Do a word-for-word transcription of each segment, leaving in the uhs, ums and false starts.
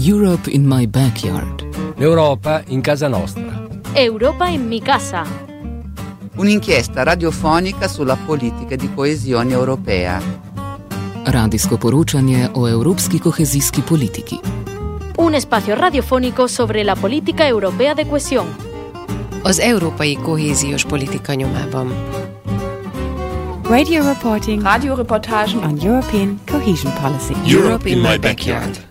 Europe in my backyard. L'Europa in casa nostra. Europa in mi casa. Un'inchiesta radiofonica sulla politica di coesione europea. Radijsko poročanje o evropski kohezijski politiki. Un espacio radiofónico sobre la política europea de cohesión. Az európai kohéziós politika nyomában. Radio reporting, Radioreportagen on European cohesion policy. Europe in my backyard.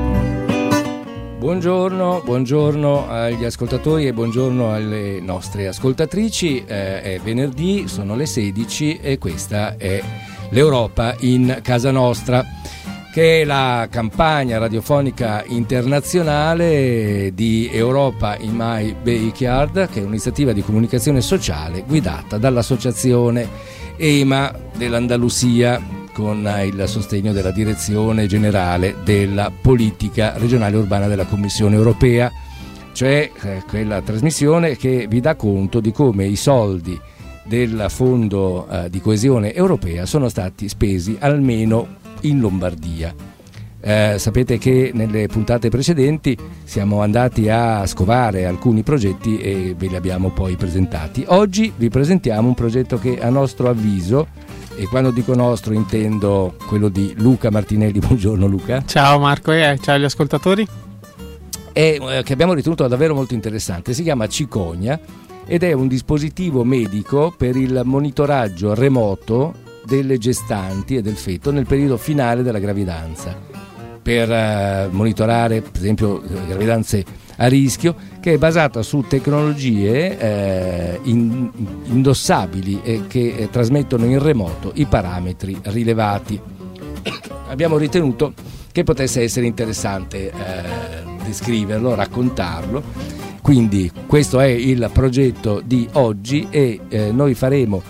Buongiorno, buongiorno agli ascoltatori e buongiorno alle nostre ascoltatrici. Eh, è venerdì, sono le sedici e questa è l'Europa in casa nostra, che è la campagna radiofonica internazionale di Europa in my backyard, che è un'iniziativa di comunicazione sociale guidata dall'associazione E M A dell'Andalusia, con il sostegno della Direzione Generale della Politica Regionale Urbana della Commissione Europea, cioè eh, quella trasmissione che vi dà conto di come i soldi del Fondo eh, di Coesione Europea sono stati spesi almeno in Lombardia. Eh, sapete che nelle puntate precedenti siamo andati a scovare alcuni progetti e ve li abbiamo poi presentati. Oggi vi presentiamo un progetto che a nostro avviso, e quando dico nostro intendo quello di Luca Martinelli. Buongiorno Luca. Ciao Marco e ciao agli ascoltatori. E eh, che abbiamo ritenuto davvero molto interessante. Si chiama Cicogna ed è un dispositivo medico per il monitoraggio remoto delle gestanti e del feto nel periodo finale della gravidanza, per eh, monitorare per esempio gravidanze a rischio, che è basata su tecnologie eh, in, indossabili e che eh, trasmettono in remoto i parametri rilevati. Abbiamo ritenuto che potesse essere interessante eh, descriverlo, raccontarlo, quindi questo è il progetto di oggi e eh, noi faremo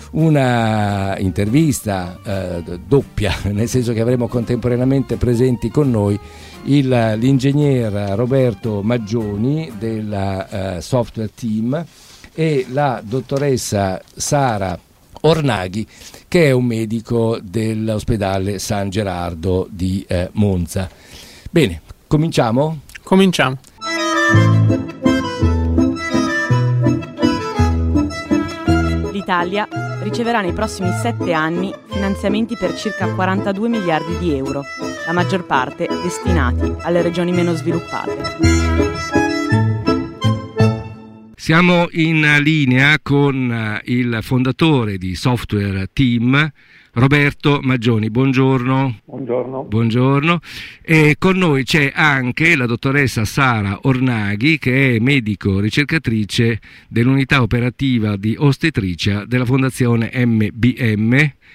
una intervista eh, doppia, nel senso che avremo contemporaneamente presenti con noi il, l'ingegner Roberto Maggioni della eh, Software Team e la dottoressa Sara Ornaghi, che è un medico dell'ospedale San Gerardo di eh, Monza. Bene, cominciamo? Cominciamo. L'Italia riceverà nei prossimi sette anni finanziamenti per circa quarantadue miliardi di euro, la maggior parte destinati alle regioni meno sviluppate. Siamo in linea con il fondatore di Software Team, Roberto Maggioni. Buongiorno. Buongiorno. Buongiorno. E con noi c'è anche la dottoressa Sara Ornaghi, che è medico ricercatrice dell'unità operativa di ostetricia della Fondazione M B M,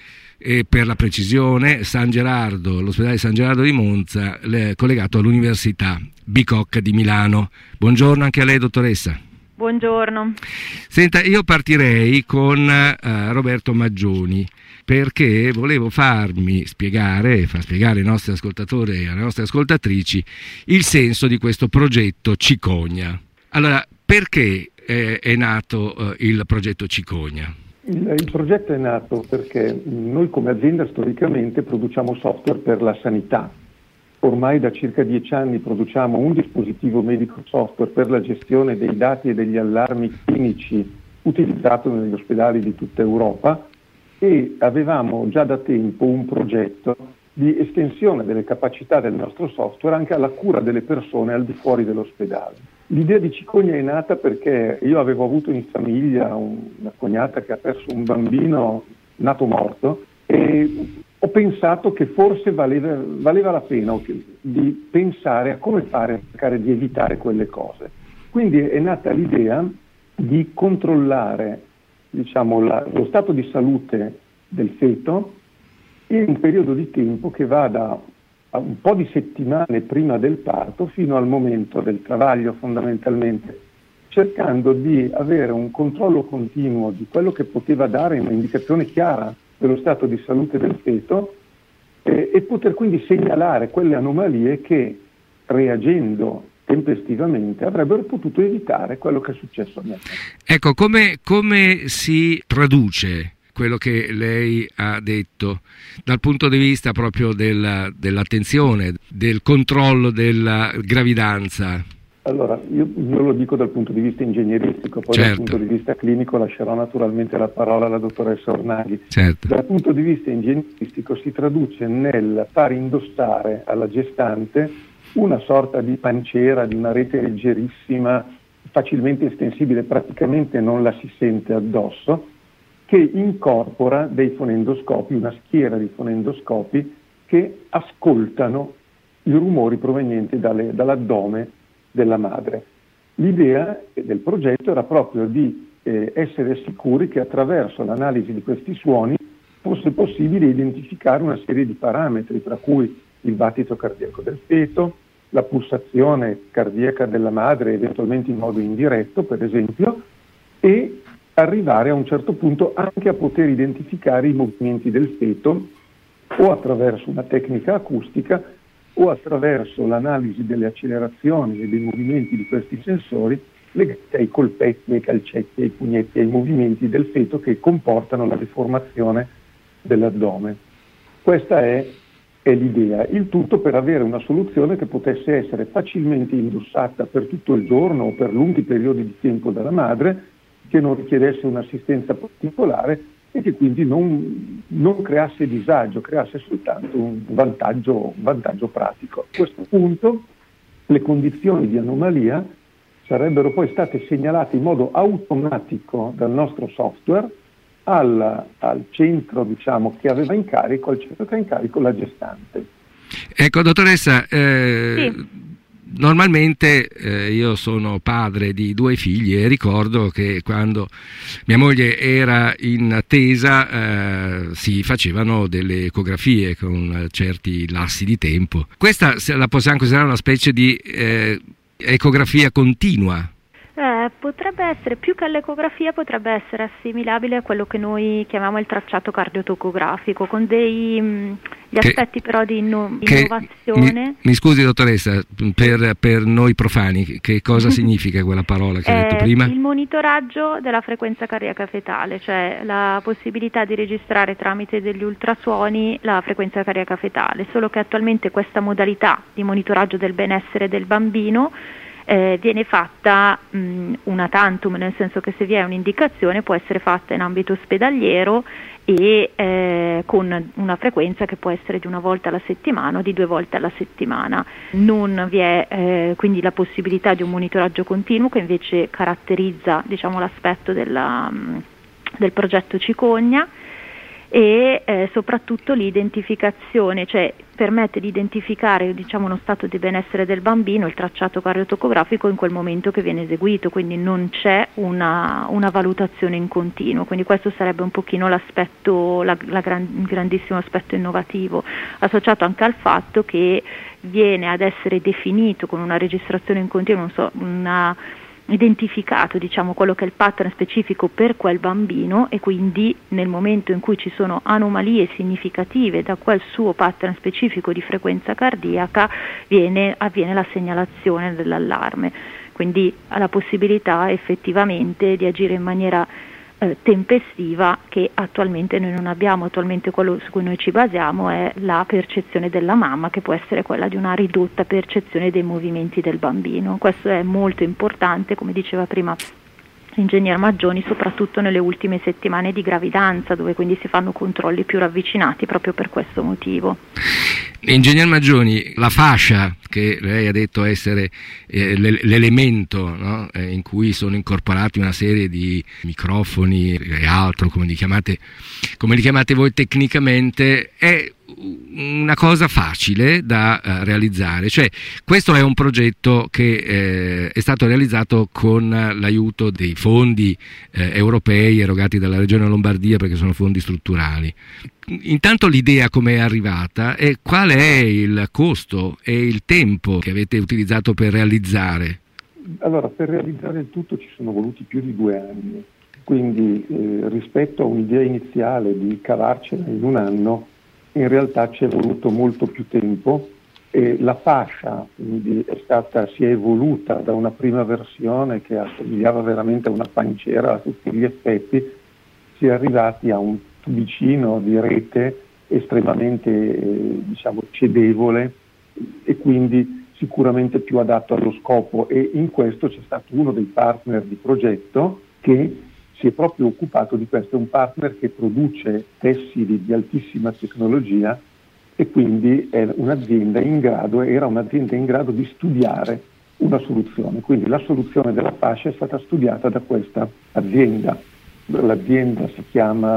e per la precisione San Gerardo, l'ospedale San Gerardo di Monza, collegato all'Università Bicocca di Milano. Buongiorno anche a lei, dottoressa. Buongiorno. Senta, io partirei con uh, Roberto Maggioni, perché volevo farmi spiegare, far spiegare ai nostri ascoltatori e alle nostre ascoltatrici il senso di questo progetto Cicogna. Allora, perché è, è nato uh, il progetto Cicogna? Il, il progetto è nato perché noi come azienda storicamente produciamo software per la sanità. Ormai da circa dieci anni produciamo un dispositivo medico software per la gestione dei dati e degli allarmi clinici utilizzato negli ospedali di tutta Europa, e avevamo già da tempo un progetto di estensione delle capacità del nostro software anche alla cura delle persone al di fuori dell'ospedale. L'idea di Cicogna è nata perché io avevo avuto in famiglia una cognata che ha perso un bambino nato morto e ho pensato che forse valeva, valeva la pena di pensare a come fare a cercare di evitare quelle cose. Quindi è nata l'idea di controllare, diciamo, la, lo stato di salute del feto in un periodo di tempo che va da un po' di settimane prima del parto fino al momento del travaglio, fondamentalmente, cercando di avere un controllo continuo di quello che poteva dare un'indicazione chiara dello stato di salute del feto eh, e poter quindi segnalare quelle anomalie che, reagendo tempestivamente, avrebbero potuto evitare quello che è successo a me. Ecco, come, come si traduce quello che lei ha detto dal punto di vista proprio della, dell'attenzione, del controllo della gravidanza? Allora, io, io lo dico dal punto di vista ingegneristico, poi certo. Dal punto di vista clinico lascerò naturalmente la parola alla dottoressa Ornaghi. Certo. Dal punto di vista ingegneristico si traduce nel far indossare alla gestante una sorta di panciera, di una rete leggerissima, facilmente estensibile, praticamente non la si sente addosso, che incorpora dei fonendoscopi, una schiera di fonendoscopi che ascoltano i rumori provenienti dalle, dall'addome della madre. L'idea del progetto era proprio di eh, essere sicuri che attraverso l'analisi di questi suoni fosse possibile identificare una serie di parametri, tra cui il battito cardiaco del feto, la pulsazione cardiaca della madre, eventualmente in modo indiretto, per esempio, e arrivare a un certo punto anche a poter identificare i movimenti del feto o attraverso una tecnica acustica o attraverso l'analisi delle accelerazioni e dei movimenti di questi sensori legati ai colpetti, ai calcetti, ai pugnetti, ai movimenti del feto che comportano la deformazione dell'addome. Questa è, è l'idea, il tutto per avere una soluzione che potesse essere facilmente indossata per tutto il giorno o per lunghi periodi di tempo dalla madre, che non richiedesse un'assistenza particolare e che quindi non, non creasse disagio, creasse soltanto un vantaggio, un vantaggio pratico. A questo punto le condizioni di anomalia sarebbero poi state segnalate in modo automatico dal nostro software al, al centro, diciamo, che aveva in carico, al centro che ha in carico la gestante. Ecco, dottoressa, eh, sì. Normalmente eh, io sono padre di due figli e ricordo che quando mia moglie era in attesa eh, si facevano delle ecografie con certi lassi di tempo. Questa la possiamo considerare una specie di eh, ecografia continua? Eh, potrebbe essere, più che all'ecografia, potrebbe essere assimilabile a quello che noi chiamiamo il tracciato cardiotocografico, con dei mh, gli che, aspetti però di inno- che, innovazione. Mi, mi scusi dottoressa, per, per noi profani, che cosa significa quella parola che ha detto prima? Il monitoraggio della frequenza cardiaca fetale, cioè la possibilità di registrare tramite degli ultrasuoni la frequenza cardiaca fetale, solo che attualmente questa modalità di monitoraggio del benessere del bambino Eh, viene fatta mh, una tantum, nel senso che se vi è un'indicazione può essere fatta in ambito ospedaliero e eh, con una frequenza che può essere di una volta alla settimana o di due volte alla settimana. Non vi è eh, quindi la possibilità di un monitoraggio continuo, che invece caratterizza, diciamo, l'aspetto della, mh, del progetto Cicogna, e eh, soprattutto l'identificazione, cioè permette di identificare, diciamo, uno stato di benessere del bambino, il tracciato cardiotocografico in quel momento che viene eseguito, quindi non c'è una, una valutazione in continuo, quindi questo sarebbe un pochino l'aspetto, la, la gran, il grandissimo aspetto innovativo, associato anche al fatto che viene ad essere definito con una registrazione in continuo, non so, una identificato, diciamo, quello che è il pattern specifico per quel bambino, e quindi nel momento in cui ci sono anomalie significative da quel suo pattern specifico di frequenza cardiaca viene, avviene la segnalazione dell'allarme, quindi ha la possibilità effettivamente di agire in maniera eh, tempestiva, che attualmente noi non abbiamo. Attualmente quello su cui noi ci basiamo è la percezione della mamma, che può essere quella di una ridotta percezione dei movimenti del bambino. Questo è molto importante, come diceva prima l'ingegner Maggioni, soprattutto nelle ultime settimane di gravidanza, dove quindi si fanno controlli più ravvicinati proprio per questo motivo. Ingegner Maggioni, la fascia che lei ha detto essere eh, l'elemento, no? eh, in cui sono incorporati una serie di microfoni e altro, come li chiamate, come li chiamate voi tecnicamente, è una cosa facile da uh, realizzare. Cioè, questo è un progetto che eh, è stato realizzato con l'aiuto dei fondi eh, europei erogati dalla Regione Lombardia, perché sono fondi strutturali. Intanto l'idea come è arrivata e qual è il costo e il tempo che avete utilizzato per realizzare? Allora, per realizzare il tutto ci sono voluti più di due anni, quindi eh, rispetto a un'idea iniziale di cavarcela in un anno, in realtà ci è voluto molto più tempo, e la fascia quindi è stata, si è evoluta da una prima versione che assomigliava veramente a una panciera a tutti gli effetti, si è arrivati a un tubicino di rete estremamente eh, diciamo cedevole e quindi sicuramente più adatto allo scopo, e in questo c'è stato uno dei partner di progetto che si è proprio occupato di questo. È un partner che produce tessili di altissima tecnologia e quindi è un'azienda in grado, era un'azienda in grado di studiare una soluzione. Quindi la soluzione della fascia è stata studiata da questa azienda. L'azienda si chiama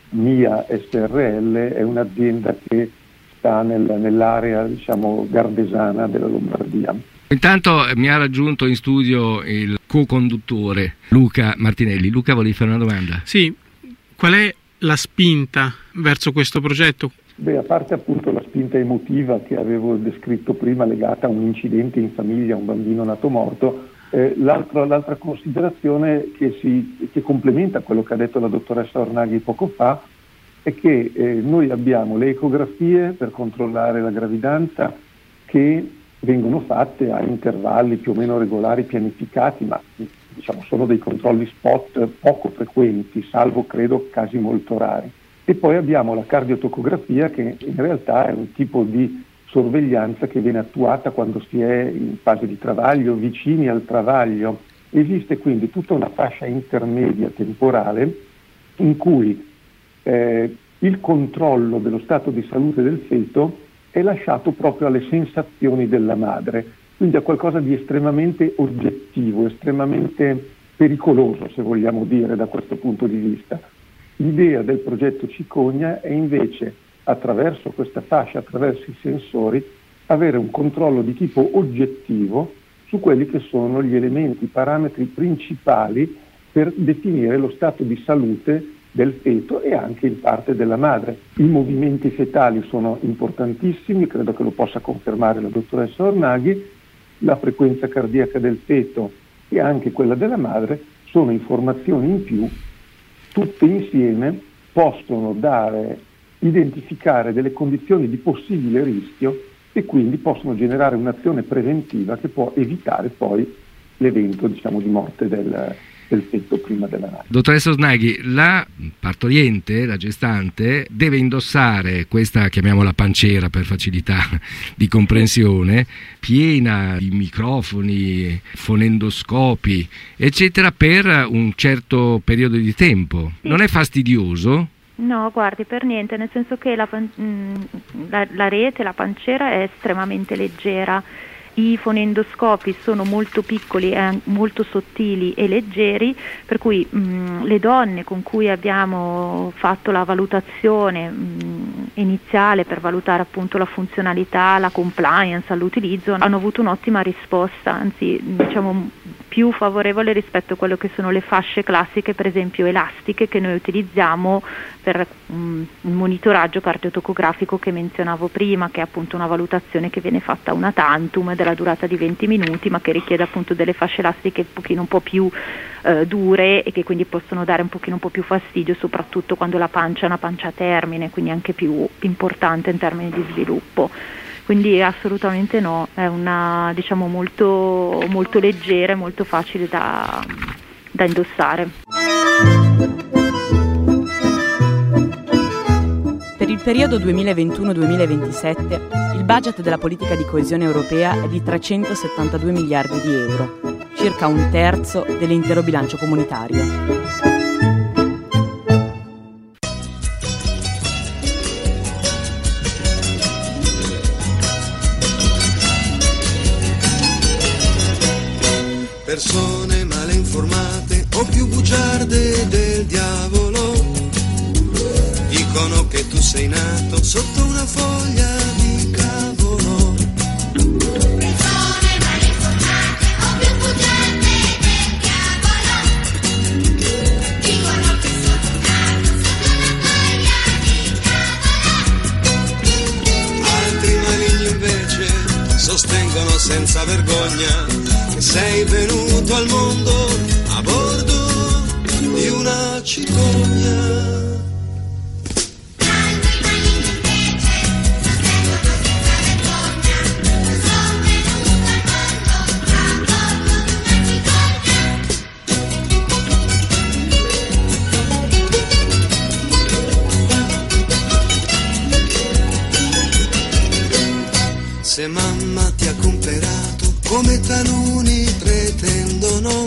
Mia S R L, è un'azienda che sta nel, nell'area diciamo gardesana della Lombardia. Intanto mi ha raggiunto in studio il co-conduttore Luca Martinelli. Luca, volevi fare una domanda? Sì, qual è la spinta verso questo progetto? Beh, a parte appunto la spinta emotiva che avevo descritto prima, legata a un incidente in famiglia, a un bambino nato morto, eh, l'altra, l'altra considerazione che, si, che complementa quello che ha detto la dottoressa Ornaghi poco fa è che eh, noi abbiamo le ecografie per controllare la gravidanza che vengono fatte a intervalli più o meno regolari, pianificati, ma diciamo sono dei controlli spot poco frequenti, salvo credo casi molto rari. E poi abbiamo la cardiotocografia, che in realtà è un tipo di sorveglianza che viene attuata quando si è in fase di travaglio, vicini al travaglio. Esiste quindi tutta una fascia intermedia temporale in cui eh, il controllo dello stato di salute del feto è lasciato proprio alle sensazioni della madre, quindi a qualcosa di estremamente oggettivo, estremamente pericoloso, se vogliamo dire, da questo punto di vista. L'idea del progetto Cicogna è invece, attraverso questa fascia, attraverso i sensori, avere un controllo di tipo oggettivo su quelli che sono gli elementi, i parametri principali per definire lo stato di salute del feto e anche in parte della madre. I movimenti fetali sono importantissimi, credo che lo possa confermare la dottoressa Ornaghi. La frequenza cardiaca del feto e anche quella della madre sono informazioni in più, tutte insieme possono dare, identificare delle condizioni di possibile rischio e quindi possono generare un'azione preventiva che può evitare poi l'evento diciamo di morte del del feto prima della nascita. Dottoressa Ornaghi, la partoriente, la gestante, deve indossare questa, chiamiamola panciera per facilità di comprensione, piena di microfoni, fonendoscopi, eccetera, per un certo periodo di tempo. Non è fastidioso? No, guardi, per niente, nel senso che la, la, la rete, la panciera è estremamente leggera. I fonendoscopi sono molto piccoli, eh, molto sottili e leggeri, per cui mh, le donne con cui abbiamo fatto la valutazione mh, iniziale per valutare appunto la funzionalità, la compliance all'utilizzo, hanno avuto un'ottima risposta, anzi diciamo più favorevole rispetto a quello che sono le fasce classiche, per esempio elastiche, che noi utilizziamo per um, il monitoraggio cardiotocografico che menzionavo prima, che è appunto una valutazione che viene fatta una tantum della durata di venti minuti, ma che richiede appunto delle fasce elastiche un pochino un po' più eh, dure e che quindi possono dare un pochino un po' più fastidio, soprattutto quando la pancia è una pancia a termine, quindi anche più importante in termini di sviluppo. Quindi assolutamente no, è una diciamo molto, molto leggera e molto facile da, da indossare. Per il periodo duemilaventuno duemilaventisette il budget della politica di coesione europea è di trecentosettantadue miliardi di euro, circa un terzo dell'intero bilancio comunitario. Persone male informate o più bugiarde del diavolo dicono che tu sei nato sotto una foglia di cavolo. Persone male informate o più bugiarde del diavolo dicono che sono nato sotto una foglia di cavolo. Altri maligni invece sostengono senza vergogna che sei venuto al mondo a bordo di una cicogna. Se mamma ti ha comperato come taluni pretendono,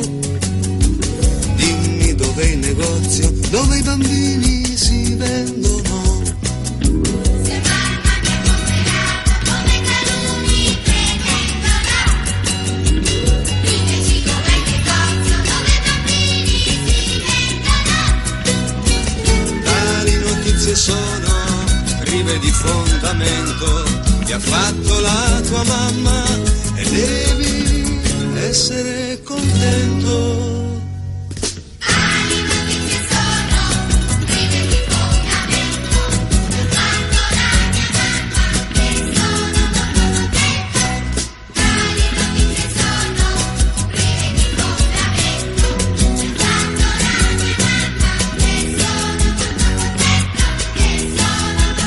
dimmi dov'è il negozio dove i bambini si vendono. Se mamma ti ha comperato come taluni pretendono, diteci dov'è il negozio dove i bambini si vendono. Tali notizie sono prive di fondamento, ti ha fatto la tua mamma e devi essere contento. Tali notizie sono prive di fondamento, ti ha fatto la mia mamma e sono molto contento. Tali notizie sono prive di fondamento, ti ha fatto la mia mamma e sono molto contento, e sono molto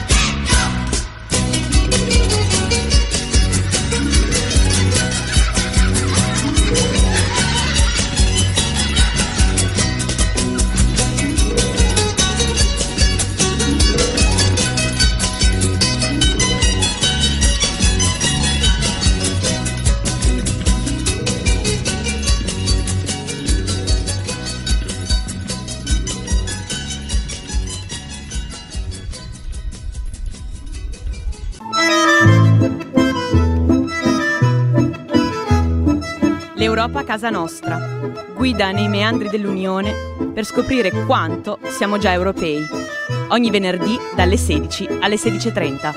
L'Europa a casa nostra. Guida nei meandri dell'Unione per scoprire quanto siamo già europei. Ogni venerdì dalle sedici alle sedici e trenta.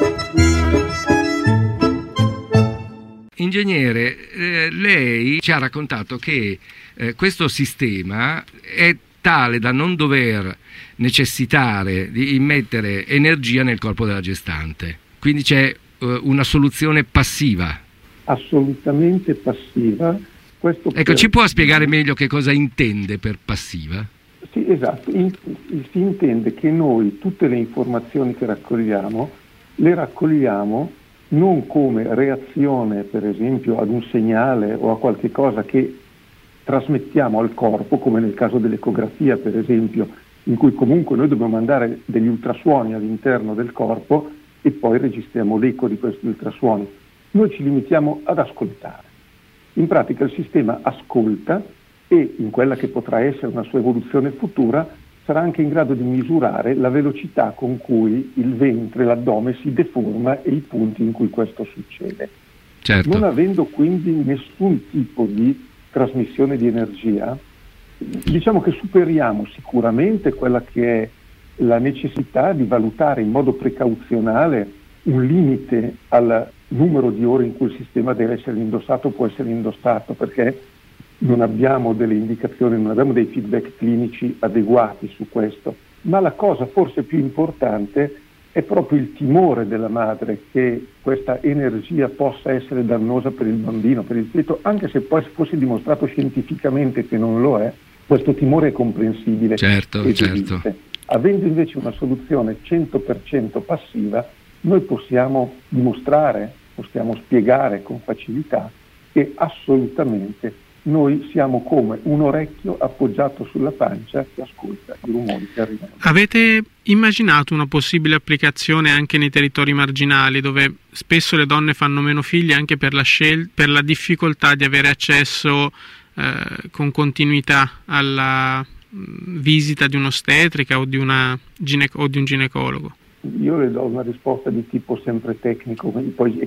Ingegnere, eh, lei ci ha raccontato che eh, questo sistema è tale da non dover necessitare di immettere energia nel corpo della gestante. Quindi c'è eh, una soluzione passiva. Assolutamente passiva. Questo ecco, per... ci può spiegare meglio che cosa intende per passiva? Sì, esatto. In, si intende che noi tutte le informazioni che raccogliamo le raccogliamo non come reazione, per esempio, ad un segnale o a qualche cosa che trasmettiamo al corpo, come nel caso dell'ecografia, per esempio, in cui comunque noi dobbiamo mandare degli ultrasuoni all'interno del corpo e poi registriamo l'eco di questi ultrasuoni. Noi ci limitiamo ad ascoltare. In pratica il sistema ascolta e in quella che potrà essere una sua evoluzione futura sarà anche in grado di misurare la velocità con cui il ventre, l'addome si deforma e i punti in cui questo succede. Certo. Non avendo quindi nessun tipo di trasmissione di energia, diciamo che superiamo sicuramente quella che è la necessità di valutare in modo precauzionale un limite al numero di ore in cui il sistema deve essere indossato o può essere indossato, perché non abbiamo delle indicazioni, non abbiamo dei feedback clinici adeguati su questo. Ma la cosa forse più importante è proprio il timore della madre che questa energia possa essere dannosa per il bambino, per il feto, anche se poi fosse dimostrato scientificamente che non lo è, questo timore è comprensibile. Certo, e certo. Avendo invece una soluzione cento per cento passiva, noi possiamo dimostrare, possiamo spiegare con facilità che assolutamente noi siamo come un orecchio appoggiato sulla pancia che ascolta i rumori che arrivano. Avete immaginato una possibile applicazione anche nei territori marginali, dove spesso le donne fanno meno figli anche per la, scel- per la difficoltà di avere accesso eh, con continuità alla mh, visita di un'ostetrica o di, una gine- o di un ginecologo? Io le do una risposta di tipo sempre tecnico, poi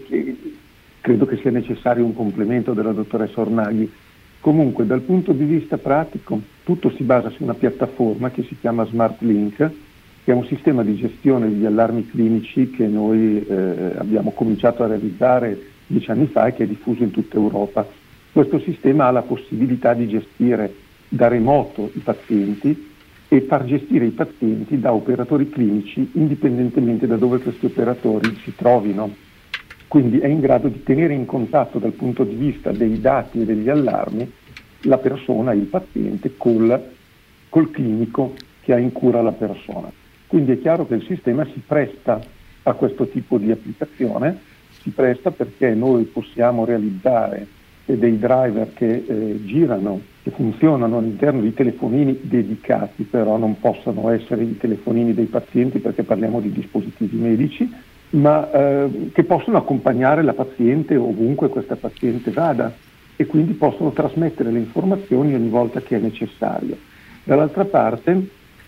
credo che sia necessario un complemento della dottoressa Ornaghi. Comunque, dal punto di vista pratico, tutto si basa su una piattaforma che si chiama SmartLink, che è un sistema di gestione degli allarmi clinici che noi eh, abbiamo cominciato a realizzare dieci anni fa e che è diffuso in tutta Europa. Questo sistema ha la possibilità di gestire da remoto i pazienti e far gestire i pazienti da operatori clinici indipendentemente da dove questi operatori si trovino. Quindi è in grado di tenere in contatto dal punto di vista dei dati e degli allarmi la persona, il paziente, col, col clinico che ha in cura la persona. Quindi è chiaro che il sistema si presta a questo tipo di applicazione, si presta perché noi possiamo realizzare dei driver che eh, girano, che funzionano all'interno di telefonini dedicati, però non possono essere i telefonini dei pazienti perché parliamo di dispositivi medici, ma eh, che possono accompagnare la paziente ovunque questa paziente vada e quindi possono trasmettere le informazioni ogni volta che è necessario. Dall'altra parte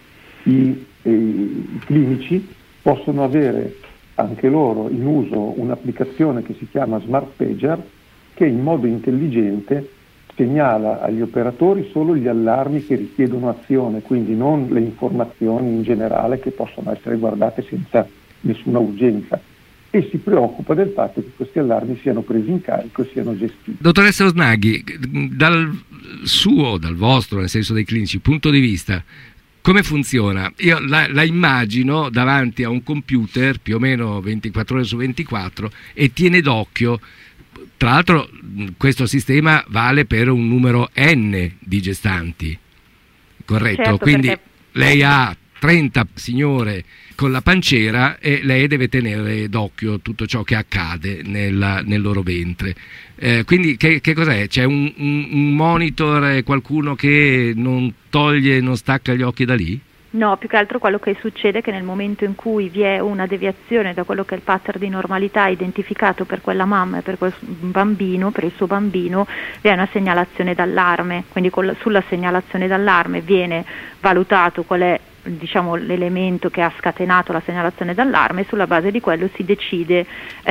i, eh, i clinici possono avere anche loro in uso un'applicazione che si chiama Smart Pager, che in modo intelligente segnala agli operatori solo gli allarmi che richiedono azione, quindi non le informazioni in generale che possono essere guardate senza nessuna urgenza, e si preoccupa del fatto che questi allarmi siano presi in carico e siano gestiti. Dottoressa Osnaghi, dal suo, dal vostro, nel senso dei clinici, punto di vista, come funziona? Io la, la immagino davanti a un computer più o meno ventiquattro ore su ventiquattro e tiene d'occhio. Tra l'altro questo sistema vale per un numero N di gestanti, corretto? Certo, quindi perché... lei ha trenta signore con la panciera e lei deve tenere d'occhio tutto ciò che accade nel, nel loro ventre. Eh, quindi che, che cos'è? C'è un, un, un monitor, qualcuno che non toglie, non stacca gli occhi da lì? No, più che altro quello che succede è che nel momento in cui vi è una deviazione da quello che è il pattern di normalità identificato per quella mamma e per quel bambino, per il suo bambino, vi è una segnalazione d'allarme, quindi col, sulla segnalazione d'allarme viene valutato qual è, diciamo, l'elemento che ha scatenato la segnalazione d'allarme e sulla base di quello si decide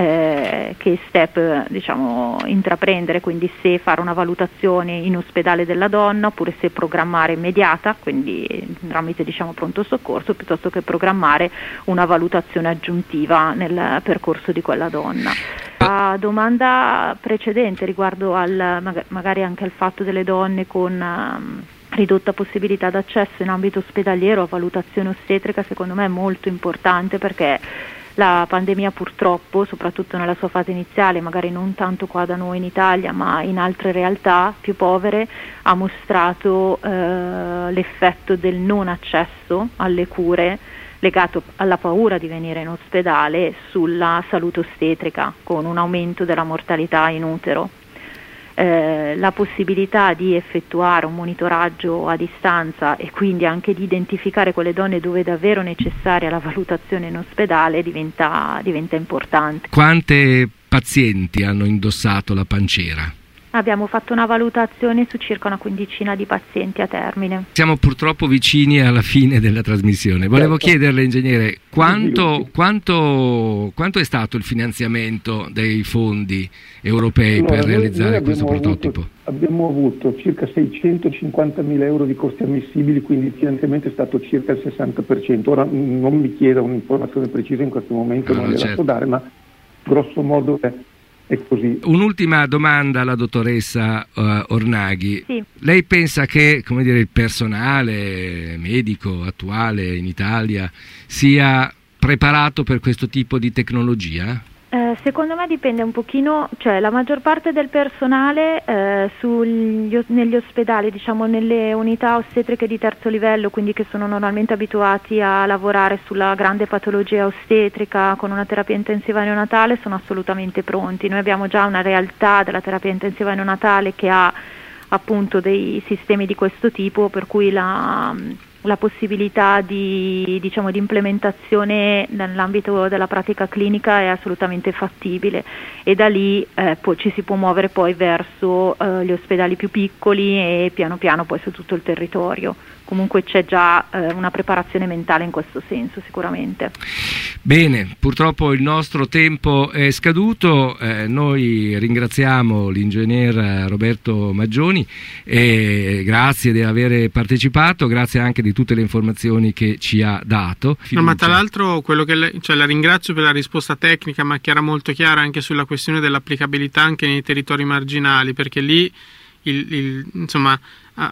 eh, che step, diciamo, intraprendere, quindi se fare una valutazione in ospedale della donna oppure se programmare immediata, quindi tramite, diciamo, pronto soccorso, piuttosto che programmare una valutazione aggiuntiva nel percorso di quella donna. La domanda precedente riguardo al magari anche al fatto delle donne con um, ridotta possibilità d'accesso in ambito ospedaliero a valutazione ostetrica, secondo me è molto importante, perché la pandemia purtroppo, soprattutto nella sua fase iniziale, magari non tanto qua da noi in Italia ma in altre realtà più povere, ha mostrato eh, l'effetto del non accesso alle cure legato alla paura di venire in ospedale sulla salute ostetrica, con un aumento della mortalità in utero. Eh, la possibilità di effettuare un monitoraggio a distanza e quindi anche di identificare quelle donne dove è davvero necessaria la valutazione in ospedale diventa, diventa importante. Quante pazienti hanno indossato la panciera? Abbiamo fatto una valutazione su circa una quindicina di pazienti a termine. Siamo purtroppo vicini alla fine della trasmissione. Volevo Certo. chiederle, ingegnere, quanto, quanto, quanto è stato il finanziamento dei fondi europei Allora, per noi- realizzare noi questo abbiamo prototipo? Avuto, abbiamo avuto circa seicentocinquantamila euro di costi ammissibili, quindi il finanziamento è stato circa il sessanta per cento. Ora mh, non mi chieda un'informazione precisa in questo momento, No, non gliela certo. so dare, ma grosso modo è, è così. Un'ultima domanda alla dottoressa uh, Ornaghi. Sì. Lei pensa che, come dire, il personale medico attuale in Italia sia preparato per questo tipo di tecnologia? Eh, secondo me dipende un pochino, cioè la maggior parte del personale eh, sugli, negli ospedali, diciamo nelle unità ostetriche di terzo livello, quindi che sono normalmente abituati a lavorare sulla grande patologia ostetrica con una terapia intensiva neonatale, sono assolutamente pronti. Noi abbiamo già una realtà della terapia intensiva neonatale che ha appunto dei sistemi di questo tipo, per cui la... la possibilità di, diciamo, di implementazione nell'ambito della pratica clinica è assolutamente fattibile, e da lì eh, poi ci si può muovere poi verso eh, gli ospedali più piccoli e piano piano poi su tutto il territorio. Comunque c'è già eh, una preparazione mentale in questo senso sicuramente. Bene, purtroppo il nostro tempo è scaduto, eh, noi ringraziamo l'ingegner Roberto Maggioni e grazie di aver partecipato, grazie anche di tutte le informazioni che ci ha dato. No, ma tra l'altro quello che lei, cioè, la ringrazio per la risposta tecnica, ma che era molto chiara anche sulla questione dell'applicabilità anche nei territori marginali, perché lì il, il, insomma a,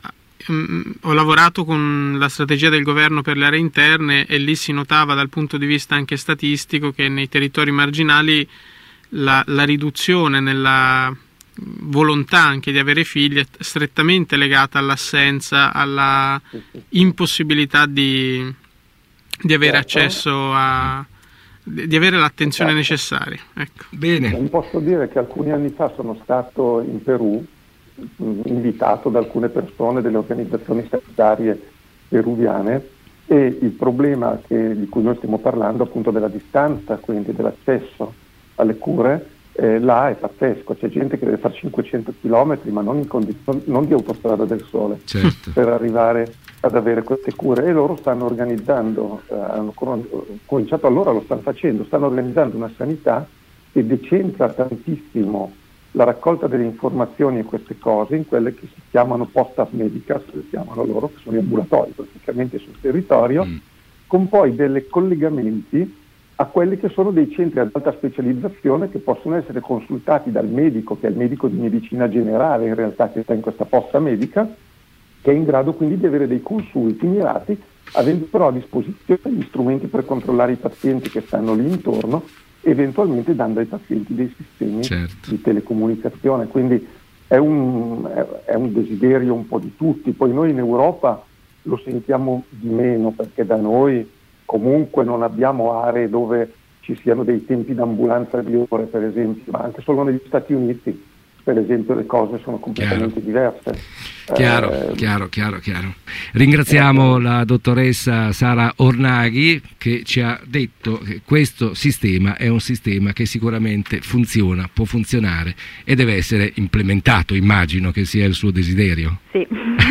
ho lavorato con la strategia del governo per le aree interne e lì si notava dal punto di vista anche statistico che nei territori marginali la, la riduzione nella volontà anche di avere figli è strettamente legata all'assenza, alla impossibilità di, di avere accesso a di avere l'attenzione necessaria. Ecco. Bene. Non posso dire che alcuni anni fa sono stato in Perù, invitato da alcune persone delle organizzazioni sanitarie peruviane, e il problema che, di cui noi stiamo parlando, appunto della distanza, quindi dell'accesso alle cure, eh, là è pazzesco. C'è gente che deve fare cinquecento chilometri, ma non, in condizioni, non di autostrada del sole, certo, per arrivare ad avere queste cure, e loro stanno organizzando, eh, hanno cominciato allora, lo stanno facendo, stanno organizzando una sanità che decentra tantissimo la raccolta delle informazioni e queste cose in quelle che si chiamano postas medicas, le chiamano loro, che sono gli ambulatori praticamente sul territorio, mm. con poi dei collegamenti a quelli che sono dei centri ad alta specializzazione che possono essere consultati dal medico, che è il medico di medicina generale in realtà, che sta in questa posta medica, che è in grado quindi di avere dei consulti mirati, avendo però a disposizione gli strumenti per controllare i pazienti che stanno lì intorno, eventualmente dando ai pazienti dei sistemi, certo, di telecomunicazione. Quindi è un, è un desiderio un po' di tutti. Poi noi in Europa lo sentiamo di meno, perché da noi comunque non abbiamo aree dove ci siano dei tempi d'ambulanza di ore, per esempio, ma anche solo negli Stati Uniti, per esempio, le cose sono completamente chiaro. diverse. Chiaro, eh, chiaro, chiaro, chiaro. Ringraziamo eh, la dottoressa Sara Ornaghi, che ci ha detto che questo sistema è un sistema che sicuramente funziona, può funzionare e deve essere implementato, immagino che sia il suo desiderio. Sì.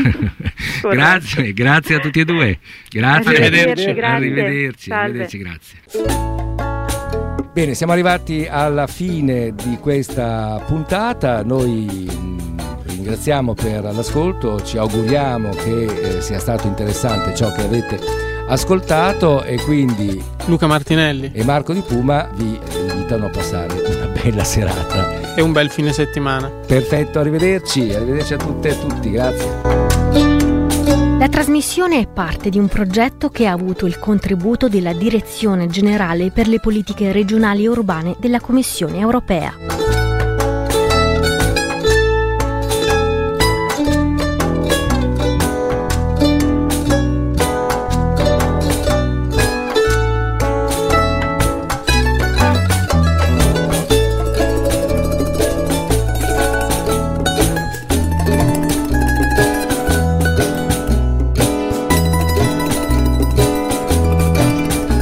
Grazie, grazie a tutti e due. Grazie, arrivederci. Grazie. Arrivederci, arrivederci, grazie. Bene, siamo arrivati alla fine di questa puntata. Noi ringraziamo per l'ascolto, ci auguriamo che eh, sia stato interessante ciò che avete ascoltato, e quindi Luca Martinelli e Marco Di Puma vi invitano a passare una bella serata e un bel fine settimana. Perfetto, arrivederci, arrivederci a tutte e a tutti, grazie. La trasmissione è parte di un progetto che ha avuto il contributo della Direzione Generale per le Politiche Regionali e Urbane della Commissione Europea.